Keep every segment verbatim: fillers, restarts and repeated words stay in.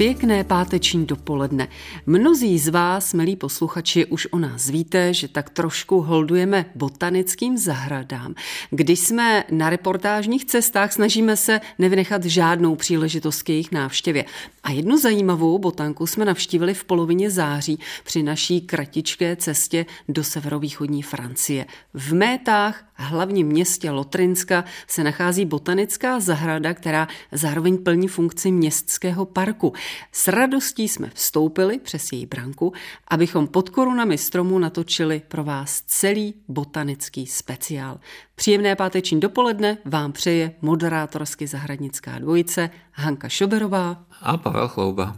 Pěkné páteční dopoledne. Mnozí z vás, milí posluchači, už o nás víte, že tak trošku holdujeme botanickým zahradám. Když jsme na reportážních cestách, snažíme se nevynechat žádnou příležitost k jejich návštěvě. A jednu zajímavou botanku jsme navštívili v polovině září při naší kratičké cestě do severovýchodní Francie. V Métách, hlavním městě Lotrinska, se nachází botanická zahrada, která zároveň plní funkci městského parku. S radostí jsme vstoupili přes její branku, abychom pod korunami stromů natočili pro vás celý botanický speciál. Příjemné páteční dopoledne vám přeje moderátorsky zahradnická dvojice Hanka Šoberová a Pavel Chlouba.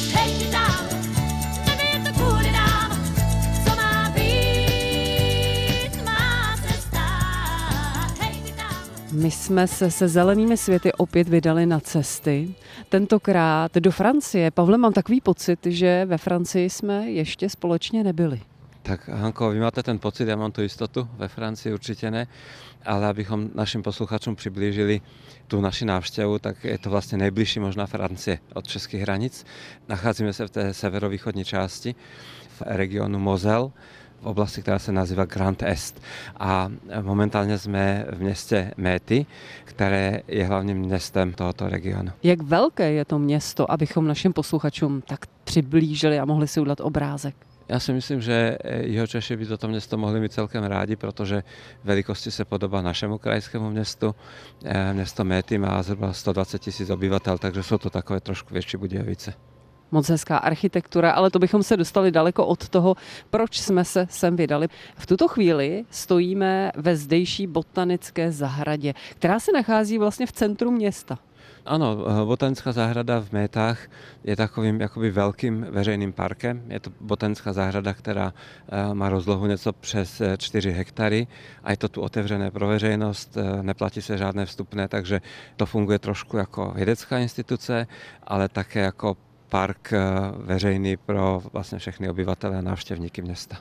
My jsme se se zelenými světy opět vydali na cesty. Tentokrát do Francie. Pavle, mám takový pocit, že ve Francii jsme ještě společně nebyli. Tak Hanko, vy máte ten pocit, já mám tu jistotu, ve Francii určitě ne, ale abychom našim posluchačům přiblížili tu naši návštěvu, tak je to vlastně nejbližší možná Francie od českých hranic. Nacházíme se v té severovýchodní části, v regionu Moselle, v oblasti, která se nazývá Grand Est. A momentálně jsme v městě Méty, které je hlavním městem tohoto regionu. Jak velké je to město, abychom našim posluchačům tak přiblížili a mohli si udělat obrázek? Já si myslím, že Jihočeši by toto město mohli mít celkem rádi, protože velikosti se podobá našemu krajskému městu. Město Méty má zhruba sto dvacet tisíc obyvatel, takže jsou to takové trošku větší Budějovice. Moc hezká architektura, ale to bychom se dostali daleko od toho, proč jsme se sem vydali. V tuto chvíli stojíme ve zdejší botanické zahradě, která se nachází vlastně v centru města. Ano, botanická zahrada v Métách je takovým jakoby velkým veřejným parkem. Je to botanická zahrada, která má rozlohu něco přes čtyři hektary a je to tu otevřené pro veřejnost, neplatí se žádné vstupné, takže to funguje trošku jako vědecká instituce, ale také jako park veřejný pro vlastně všechny obyvatele a návštěvníky města.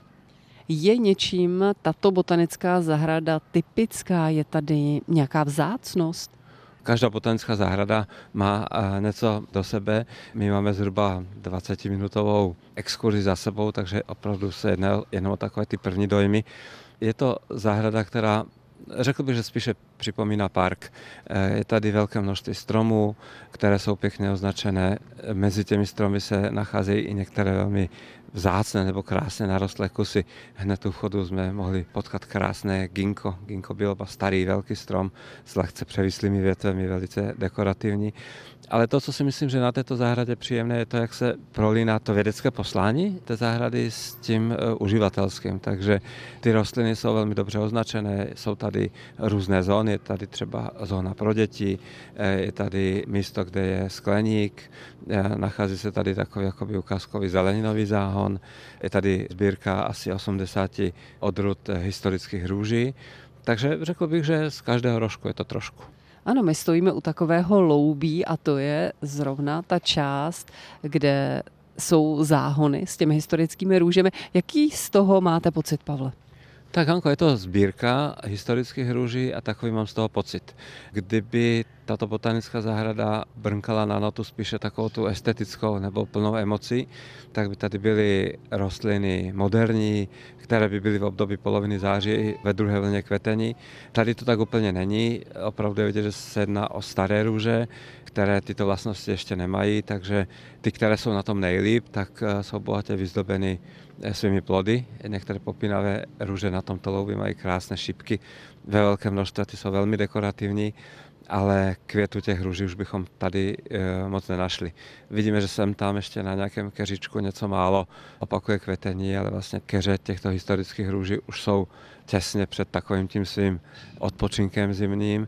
Je něčím tato botanická zahrada typická? Je tady nějaká vzácnost? Každá botanická zahrada má něco do sebe. My máme zhruba dvacetiminutovou exkurzi za sebou, takže opravdu se jedná jenom o takové ty první dojmy. Je to zahrada, která, řekl bych, že spíše připomíná park. Je tady velké množství stromů, které jsou pěkně označené. Mezi těmi stromy se nacházejí i některé velmi vzácné nebo krásné narostlé kusy. Hned u vchodu jsme mohli potkat krásné ginkgo. Ginkgo biloba, starý velký strom s lehce převislými větvemi, velice dekorativní. Ale to, co si myslím, že na této zahradě příjemné, je to, jak se prolíná to vědecké poslání té zahrady s tím uživatelským. Takže ty rostliny jsou velmi dobře označené, jsou tady různé zóny, je tady třeba zóna pro děti, je tady místo, kde je skleník, nachází se tady takový jakoby ukázkový zeleninový záhon, je tady sbírka asi osmdesát odrůd historických růží, takže řekl bych, že z každého rožku je to trošku. Ano, my stojíme u takového loubí a to je zrovna ta část, kde jsou záhony s těmi historickými růžemi. Jaký z toho máte pocit, Pavle? Tak Hanko, je to sbírka historických růží a takový mám z toho pocit. Kdyby tato botanická zahrada brnkala na notu spíše takovou tu estetickou nebo plnou emocí, tak by tady byly rostliny moderní, které by byly v období poloviny září ve druhé vlně kvetení. Tady to tak úplně není. Opravdu je vidět, že se jedná o staré růže, které tyto vlastnosti ještě nemají, takže ty, které jsou na tom nejlíp, tak jsou bohatě vyzdobeny svými plody. Některé popínavé růže na tomto loubi mají krásné šipky ve velkém množství, ty jsou velmi dekorativní, ale květu těch růží už bychom tady e, moc nenašli. Vidíme, že sem tam ještě na nějakém keříčku něco málo opakuje kvetení, ale vlastně keře těchto historických růží už jsou těsně před takovým tím svým odpočinkem zimním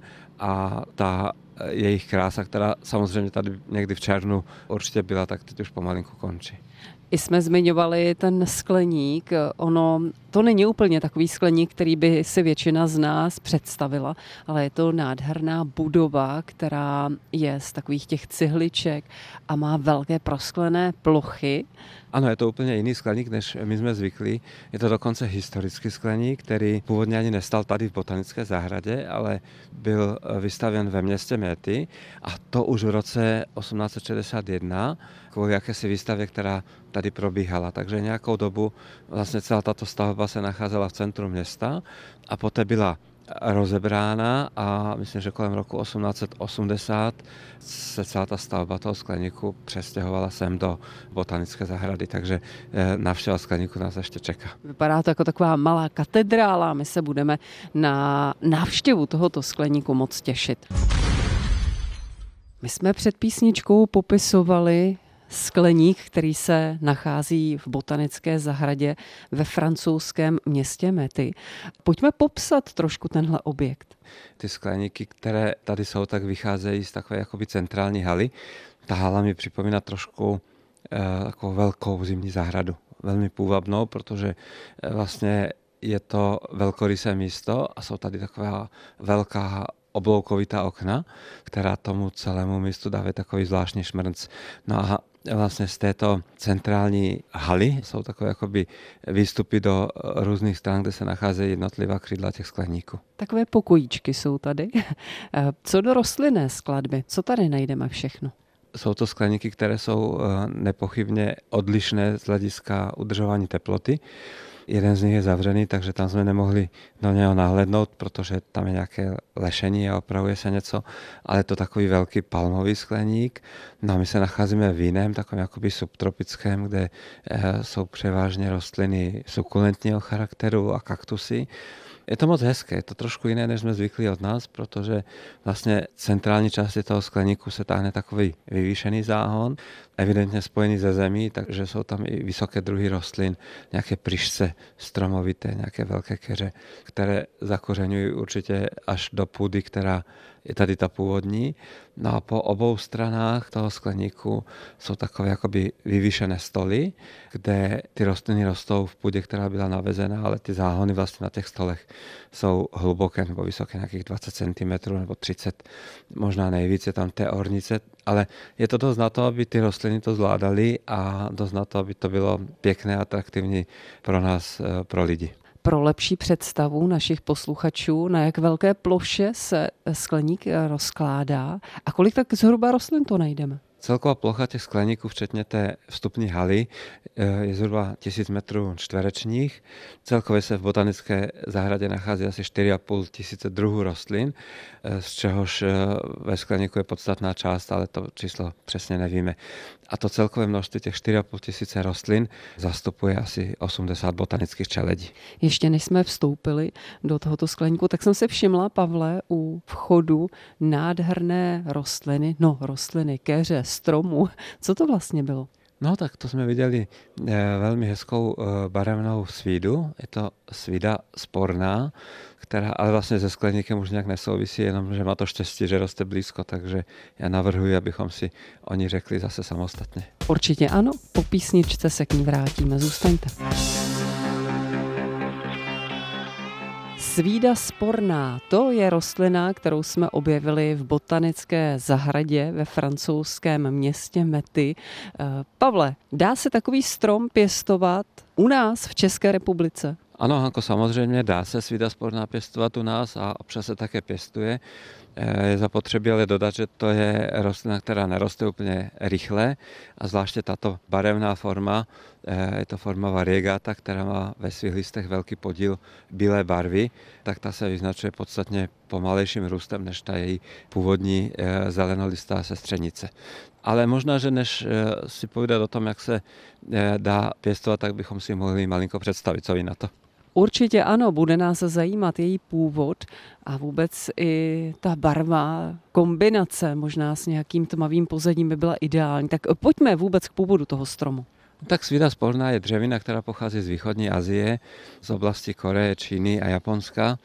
a ta jejich krása, která samozřejmě tady někdy v červnu určitě byla, tak teď už pomalinku končí. I jsme zmiňovali ten skleník, ono To není úplně takový skleník, který by si většina z nás představila, ale je to nádherná budova, která je z takových těch cihliček a má velké prosklené plochy. Ano, je to úplně jiný skleník, než my jsme zvyklí. Je to dokonce historický skleník, který původně ani nestal tady v botanické zahradě, ale byl vystavěn ve městě Méty a to už v roce osmnáct set šedesát jedna kvůli jakési výstavě, která tady probíhala. Takže nějakou dobu vlastně celá tato stavba se nacházela v centru města a poté byla rozebrána a myslím, že kolem roku osmnáct set osmdesát se celá ta stavba toho skleníku přestěhovala sem do botanické zahrady, takže návštěva skleníku nás ještě čeká. Vypadá to jako taková malá katedrála, my se budeme na návštěvu tohoto skleníku moc těšit. My jsme před písničkou popisovali skleník, který se nachází v botanické zahradě ve francouzském městě Méty. Pojďme popsat trošku tenhle objekt. Ty skleníky, které tady jsou, tak vycházejí z takové jakoby centrální haly. Ta hala mi připomíná trošku eh, takovou velkou zimní zahradu. Velmi půvabnou, protože eh, vlastně je to velkorysé místo a jsou tady taková velká obloukovitá okna, která tomu celému místu dávají takový zvláštní šmrnc. No a vlastně z této centrální haly jsou takové jakoby výstupy do různých stran, kde se nacházejí jednotlivá křídla těch skleníků. Takové pokojíčky jsou tady. Co do rostlinné skladby, co tady najdeme všechno? Jsou to skleníky, které jsou nepochybně odlišné z hlediska udržování teploty. Jeden z nich je zavřený, takže tam jsme nemohli do něho nahlédnout, protože tam je nějaké lešení a opravuje se něco, ale je to takový velký palmový skleník. No a my se nacházíme v jiném, takovém jakoby subtropickém, kde jsou převážně rostliny sukulentního charakteru a kaktusy. Je to moc hezké, je to trošku jiné, než jsme zvyklí od nás, protože vlastně centrální části toho skleníku se táhne takový vyvýšený záhon, evidentně spojený ze zemí, takže jsou tam i vysoké druhy rostlin, nějaké pryšce stromovité, nějaké velké keře, které zakořeňují určitě až do půdy, která je tady ta původní. No a po obou stranách toho skleníku jsou takové jakoby vyvýšené stoly, kde ty rostliny rostou v půdě, která byla navezená, ale ty záhony vlastně na těch stolech jsou hluboké nebo vysoké nějakých dvacet centimetrů nebo třicet, možná nejvíc je tam té ornice, ale je to dost na to, aby ty rostliny to zvládaly a dost na to, aby to bylo pěkné a atraktivní pro nás, pro lidi. Pro lepší představu našich posluchačů, na jak velké ploše se skleník rozkládá a kolik tak zhruba rostlin to najdeme? Celková plocha těch skleníků, včetně té vstupní haly, je zhruba tisíc metrů čtverečních. Celkově se v botanické zahradě nachází asi čtyři a půl tisíce druhů rostlin, z čehož ve skleníku je podstatná část, ale to číslo přesně nevíme. A to celkové množství těch čtyři a půl tisíce rostlin zastupuje asi osmdesát botanických čeledí. Ještě než jsme vstoupili do tohoto skleníku, tak jsem se všimla, Pavle, u vchodu nádherné rostliny, no rostliny, keře, stromů. Co to vlastně bylo? No tak to jsme viděli velmi hezkou barevnou svídu. Je to svída sporná, která ale vlastně se skleníkem už nějak nesouvisí, jenom že má to štěstí, že roste blízko, takže já navrhuji, abychom si o ní řekli zase samostatně. Určitě ano, po písničce se k ní vrátíme, zůstaňte. Svída sporná, to je rostlina, kterou jsme objevili v botanické zahradě ve francouzském městě Méty. Pavle, dá se takový strom pěstovat u nás v České republice? Ano, Hanko, samozřejmě dá se svída sporná pěstovat u nás a občas se také pěstuje. Je zapotřebí ale dodat, že to je rostlina, která neroste úplně rychle a zvláště tato barevná forma, je to forma variegata, která má ve svých listech velký podíl bílé barvy, tak ta se vyznačuje podstatně pomalejším růstem než ta její původní zelenolistá sestřenice. Ale možná, že než si povídat o tom, jak se dá pěstovat, tak bychom si mohli malinko představit, co vy na to. Určitě ano, bude nás zajímat její původ a vůbec i ta barva, kombinace možná s nějakým tmavým pozadím by byla ideální. Tak pojďme vůbec k původu toho stromu. Tak svída sporná je dřevina, která pochází z východní Asie, z oblasti Koreje, Číny a Japonska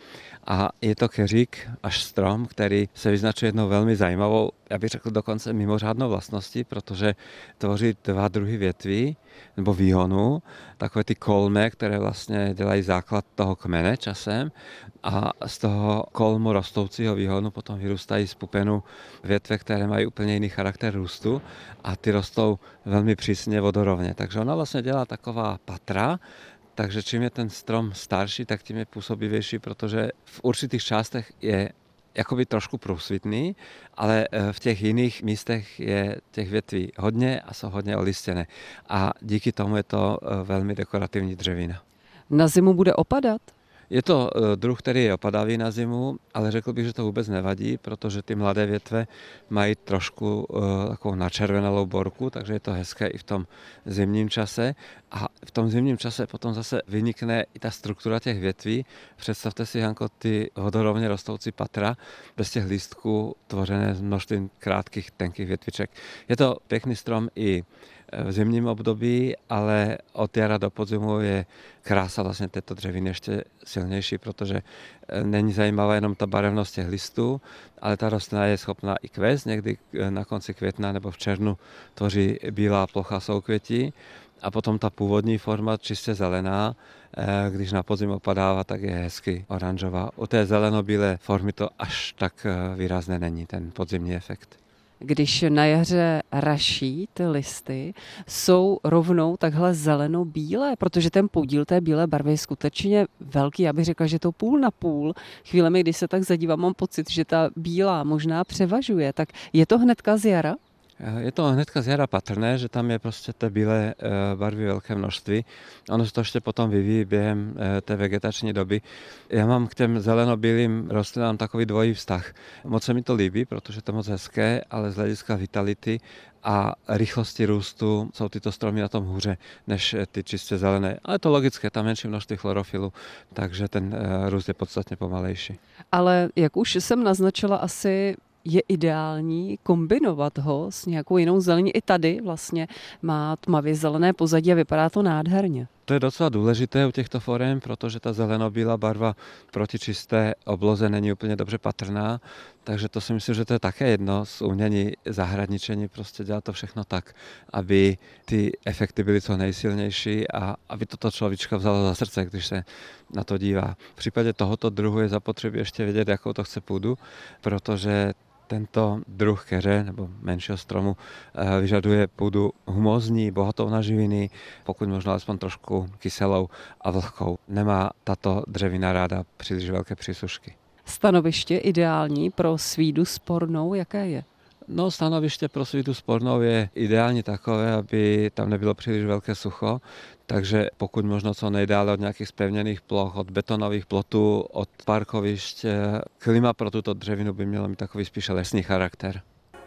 A je to keřík až strom, který se vyznačuje jednou velmi zajímavou, já bych řekl dokonce mimořádnou vlastností, protože tvoří dva druhy větví nebo výhonu, takové ty kolme, které vlastně dělají základ toho kmene časem a z toho kolmu rostoucího výhonu potom vyrůstají z pupenu větve, které mají úplně jiný charakter růstu a ty rostou velmi přísně vodorovně. Takže ona vlastně dělá taková patra. Takže čím je ten strom starší, tak tím je působivější, protože v určitých částech je jakoby trošku průsvitný, ale v těch jiných místech je těch větví hodně a jsou hodně olistěné. A díky tomu je to velmi dekorativní dřevina. Na zimu bude opadat? Je to druh, který je opadavý na zimu, ale řekl bych, že to vůbec nevadí, protože ty mladé větve mají trošku takovou načervenalou borku, takže je to hezké i v tom zimním čase. A v tom zimním čase potom zase vynikne i ta struktura těch větví. Představte si, Janko, ty vodorovně rostoucí patra bez těch lístků tvořené z množstvím krátkých, tenkých větviček. Je to pěkný strom i v zimním období, ale od jara do podzimu je krása vlastně této dřeviny ještě silnější, protože není zajímavá jenom ta barevnost těch listů, ale ta rostlina je schopná i kvést, někdy na konci května nebo v červnu tvoří bílá plocha soukvětí a potom ta původní forma čistě zelená, když na podzim opadává, tak je hezky oranžová. U té zeleno-bílé formy to až tak výrazné není, ten podzimní efekt. Když na jaře raší ty listy, jsou rovnou takhle zeleno-bílé, protože ten podíl té bílé barvy je skutečně velký. Já bych řekla, že to půl na půl. Chvílemi, když se tak zadívám, mám pocit, že ta bílá možná převažuje. Tak je to hnedka z jara? Je to hnedka z jara patrné, že tam je prostě té bílé barvy velké množství. Ono se to ještě potom vyvíjí během té vegetační doby. Já mám k těm zeleno-bílým rostlinám takový dvojí vztah. Moc se mi to líbí, protože to je moc hezké, ale z hlediska vitality a rychlosti růstu jsou tyto stromy na tom hůře než ty čistě zelené. Ale to logické, tam menší množství chlorofilu, takže ten růst je podstatně pomalejší. Ale jak už jsem naznačila, asi je ideální kombinovat ho s nějakou jinou zelení. I tady vlastně má tmavě zelené pozadí a vypadá to nádherně. To je docela důležité u těchto forem, protože ta zelenobílá barva proti čisté obloze není úplně dobře patrná, takže to si myslím, že to je také jedno z umění zahradničení, prostě dělat to všechno tak, aby ty efekty byly co nejsilnější a aby to človíčka vzalo za srdce, když se na to dívá. V případě tohoto druhu je zapotřebí ještě vědět, jakou to chce půdu, protože tento druh keře nebo menšího stromu vyžaduje půdu humózní, bohatou na živiny, pokud možno alespoň trošku kyselou a vlhkou. Nemá tato dřevina ráda příliš velké přísušky. Stanoviště ideální pro svídu spornou, jaké je? No, stanoviště pro svídu spornou je ideálně takové, aby tam nebylo příliš velké sucho, takže pokud možno co nejdále od nějakých spevněných ploch, od betonových plotů, od parkovišť. Klima pro tuto dřevinu by mělo mít takový spíše lesní charakter.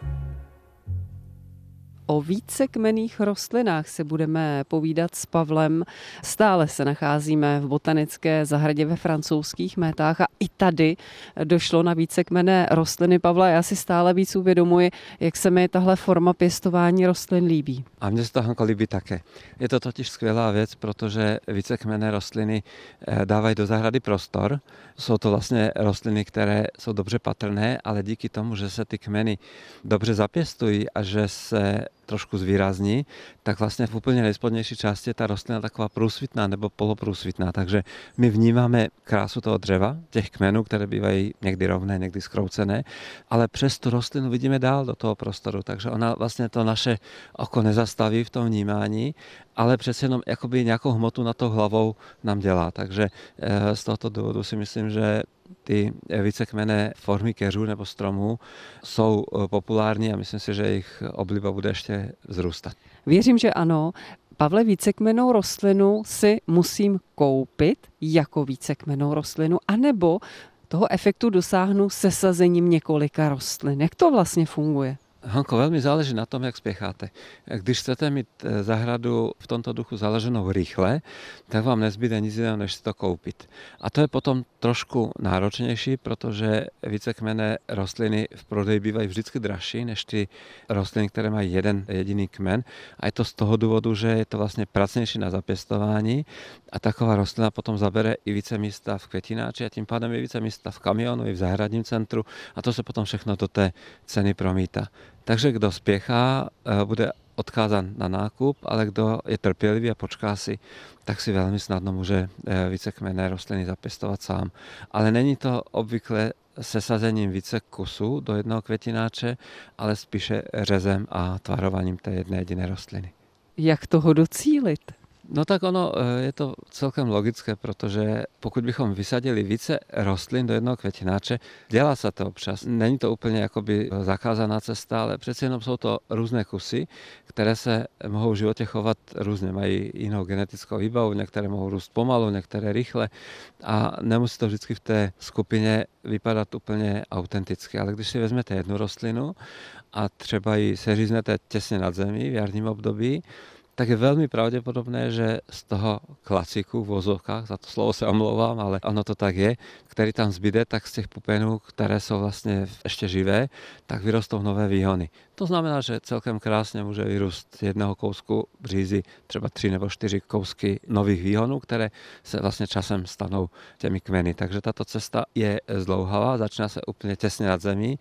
O vícekmenných rostlinách si budeme povídat s Pavlem. Stále se nacházíme v botanické zahradě ve Francouzských Métách a i tady došlo na vícekmenné rostliny. Pavla, já si stále víc uvědomuji, jak se mi tahle forma pěstování rostlin líbí. A mně se to, Hanko, líbí také. Je to totiž skvělá věc, protože vícekmenné rostliny dávají do zahrady prostor. Jsou to vlastně rostliny, které jsou dobře patrné, ale díky tomu, že se ty kmeny dobře zapěstují a že se trošku zvýrazní, tak vlastně v úplně nejspodnější části je ta rostlina taková průsvitná nebo poloprůsvitná. Takže my vnímáme krásu toho dřeva, těch kmenů, které bývají někdy rovné, někdy zkroucené, ale přes tu rostlinu vidíme dál do toho prostoru, takže ona vlastně to naše oko nezastaví v tom vnímání, ale přece jenom jakoby nějakou hmotu nad tou hlavou nám dělá. Takže z tohoto důvodu si myslím, že ty vícekmenné formy keřů nebo stromů jsou populární a myslím si, že jejich obliba bude ještě vzrůstat. Věřím, že ano. Pavle, vícekmennou rostlinu si musím koupit jako vícekmennou rostlinu, anebo toho efektu dosáhnu sesazením několika rostlin. Jak to vlastně funguje? Hanko, velmi záleží na tom, jak spěcháte. Když chcete mít zahradu v tomto duchu založenou rychle, tak vám nezbyde nic jiného, než si to koupit. A to je potom trošku náročnější, protože vícekmenné rostliny v prodeji bývají vždycky dražší než ty rostliny, které mají jeden jediný kmen. A je to z toho důvodu, že je to vlastně pracnější na zapěstování a taková rostlina potom zabere i více místa v květináči a tím pádem i více místa v kamionu, i v zahradním centru a to se potom všechno do té ceny promítá. Takže kdo spěchá, bude odkázán na nákup, ale kdo je trpělivý a počká si, tak si velmi snadno může vícekmenné rostliny zapěstovat sám. Ale není to obvykle sesazením více kusů do jednoho květináče, ale spíše řezem a tvarovaním té jedné jediné rostliny. Jak toho docílit? No tak ono je to celkem logické, protože pokud bychom vysadili více rostlin do jednoho květináče, dělá se to občas. Není to úplně jakoby zakázaná cesta, ale přeci jenom jsou to různé kusy, které se mohou v životě chovat různě. Mají jinou genetickou výbavu, některé mohou růst pomalu, některé rychle a nemusí to vždycky v té skupině vypadat úplně autenticky. Ale když si vezmete jednu rostlinu a třeba ji seříznete těsně nad zemí v jarním období, tak je velmi pravděpodobné, že z toho klasiku v vozovkách, za to slovo se omlouvám, ale ono to tak je, který tam zbyde, tak z těch pupenů, které jsou vlastně ještě živé, tak vyrostou nové výhony. To znamená, že celkem krásně může vyrůst z jednoho kousku břízy třeba tři nebo čtyři kousky nových výhonů, které se vlastně časem stanou těmi kmeny. Takže tato cesta je zdlouhavá, začíná se úplně těsně nad zemí,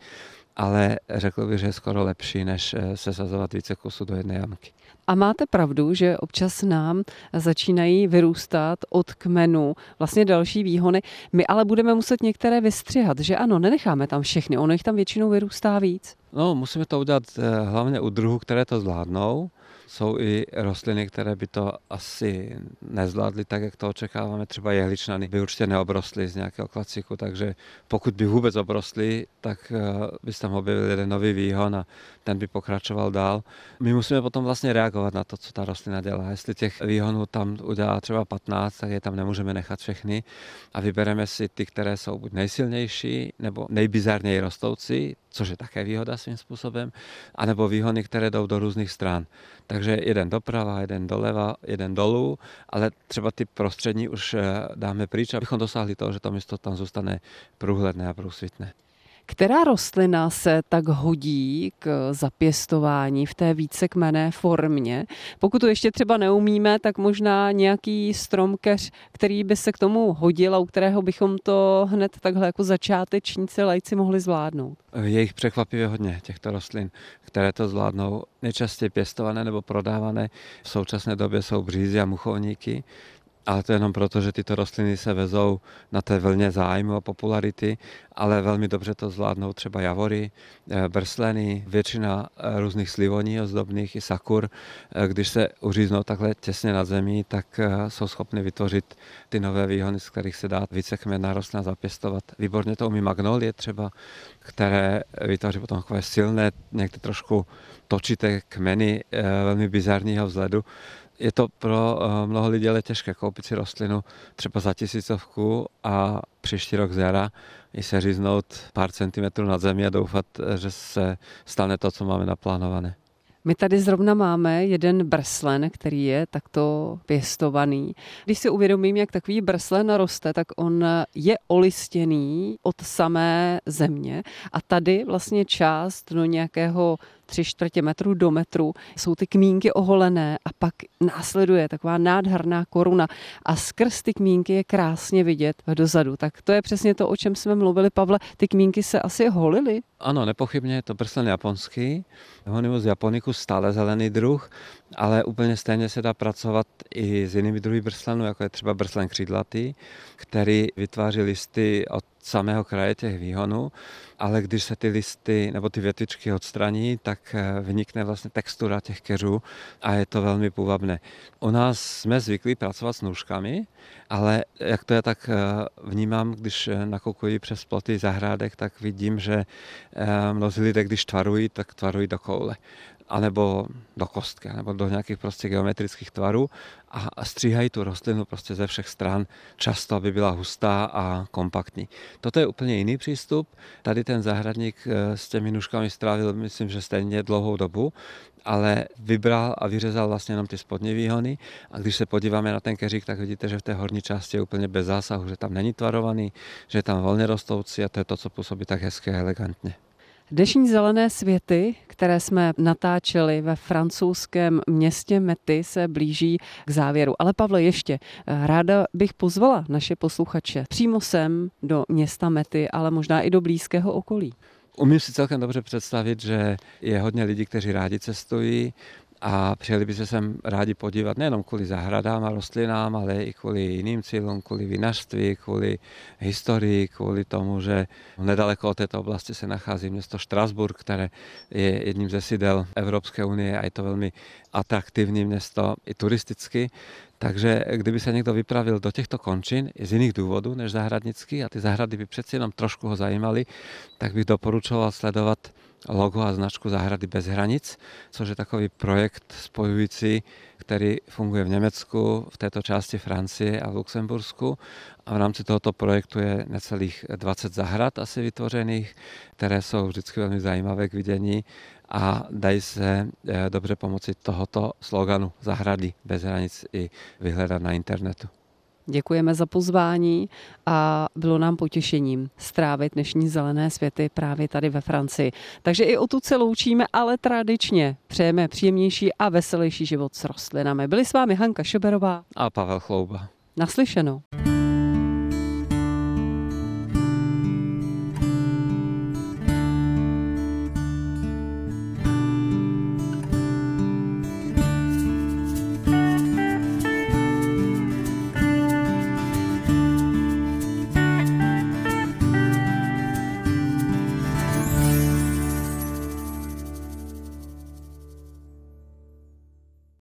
ale řekl bych, že je skoro lepší, než sesazovat více kusů do jedné jamky. A máte pravdu, že občas nám začínají vyrůstat od kmenu vlastně další výhony. My ale budeme muset některé vystřihat, že ano, nenecháme tam všechny, ono jich tam většinou vyrůstá víc. No, musíme to udělat hlavně u druhů, které to zvládnou. Jsou i rostliny, které by to asi nezvládly tak, jak to očekáváme. Třeba jehličnany by určitě neobrostly z nějakého klasiku, takže pokud by vůbec obrostly, tak by se tam objevil jeden nový výhon a ten by pokračoval dál. My musíme potom vlastně reagovat na to, co ta rostlina dělá. Jestli těch výhonů tam udělá třeba patnáct, tak je tam nemůžeme nechat všechny a vybereme si ty, které jsou buď nejsilnější nebo nejbizarněji rostoucí, což je také výhoda svým způsobem, anebo výhony, které jdou do různých stran. Takže jeden doprava, jeden doleva, jeden dolů, ale třeba ty prostřední už dáme pryč, abychom dosáhli toho, že to místo tam zůstane průhledné a průsvitné. Která rostlina se tak hodí k zapěstování v té vícekmenné formě? Pokud to ještě třeba neumíme, tak možná nějaký stromkeř, který by se k tomu hodil a u kterého bychom to hned takhle jako začátečníci lajci mohli zvládnout. Je jich překvapivě hodně, těchto rostlin, které to zvládnou. Nejčastěji pěstované nebo prodávané v současné době jsou břízy a muchovníky. Ale to jenom proto, že tyto rostliny se vezou na té vlně zájmu a popularity, ale velmi dobře to zvládnou třeba javory, brsleny, většina různých slivoní ozdobných i sakur. Když se uříznou takhle těsně na zemi, tak jsou schopny vytvořit ty nové výhony, z kterých se dá vícekmenná rostlina zapěstovat. Výborně to umí magnolie třeba, které vytvoří potom takové silné, někdy trošku točité kmeny velmi bizarního vzhledu. Je to pro mnoho lidí ale těžké koupit si rostlinu třeba za tisícovku a příští rok z jara i se říznout pár centimetrů nad zemí a doufat, že se stane to, co máme naplánované. My tady zrovna máme jeden brslen, který je takto pěstovaný. Když si uvědomím, jak takový brslen roste, tak on je olistěný od samé země a tady vlastně část do nějakého tři čtvrtě metru do metru jsou ty kmínky oholené a pak následuje taková nádherná koruna a skrz ty kmínky je krásně vidět dozadu. Tak to je přesně to, o čem jsme mluvili, Pavle. Ty kmínky se asi holily? Ano, nepochybně je to brslen japonský, Honimus japonicus, stále zelený druh, ale úplně stejně se dá pracovat i s jinými druhy brslenů, jako je třeba brslen křídlatý, který vytváří listy od samého kraje těch výhonů, ale když se ty listy nebo ty větvičky odstraní, tak vynikne vlastně textura těch keřů a je to velmi půvabné. U nás jsme zvyklí pracovat s nůžkami, ale jak to já tak vnímám, když nakukuji přes ploty zahrádek, tak vidím, že mnozí lidé, když tvarují, tak tvarují do koule. anebo do kostky, nebo do nějakých prostě geometrických tvarů a stříhají tu rostlinu prostě ze všech stran, často, aby byla hustá a kompaktní. Toto je úplně jiný přístup. Tady ten zahradník s těmi nůžkami strávil, myslím, že stejně dlouhou dobu, ale vybral a vyřezal vlastně jenom ty spodní výhony a když se podíváme na ten keřík, tak vidíte, že v té horní části je úplně bez zásahu, že tam není tvarovaný, že je tam volně rostoucí a to je to, co působí tak hezky a elegantně. Dnešní zelené světy, které jsme natáčeli ve francouzském městě Mety, se blíží k závěru. Ale Pavle, ještě ráda bych pozvala naše posluchače přímo sem do města Mety, ale možná i do blízkého okolí. Umím si celkem dobře představit, že je hodně lidí, kteří rádi cestují a přijeli by se sem rádi podívat nejenom kvůli zahradám a rostlinám, ale i kvůli jiným cílům, kvůli vinařství, kvůli historii, kvůli tomu, že nedaleko od této oblasti se nachází město Štrasburg, které je jedním ze sídel Evropské unie a je to velmi atraktivní město i turisticky. Takže kdyby se někdo vypravil do těchto končin z jiných důvodů než zahradnický a ty zahrady by přeci jenom trošku ho zajímaly, tak bych doporučoval sledovat logo a značku Zahrady bez hranic, což je takový projekt spojující, který funguje v Německu, v této části Francie a v Lucembursku. A v rámci tohoto projektu je necelých dvacet zahrad asi vytvořených, které jsou vždycky velmi zajímavé k vidění a dají se dobře pomocí tohoto sloganu Zahrady bez hranic i vyhledat na internetu. Děkujeme za pozvání a bylo nám potěšením strávit dnešní zelené světy právě tady ve Francii. Takže i odtud se loučíme, ale tradičně přejeme příjemnější a veselější život s rostlinami. Byli s vámi Hanka Šoberová a Pavel Chlouba. Naslyšenou.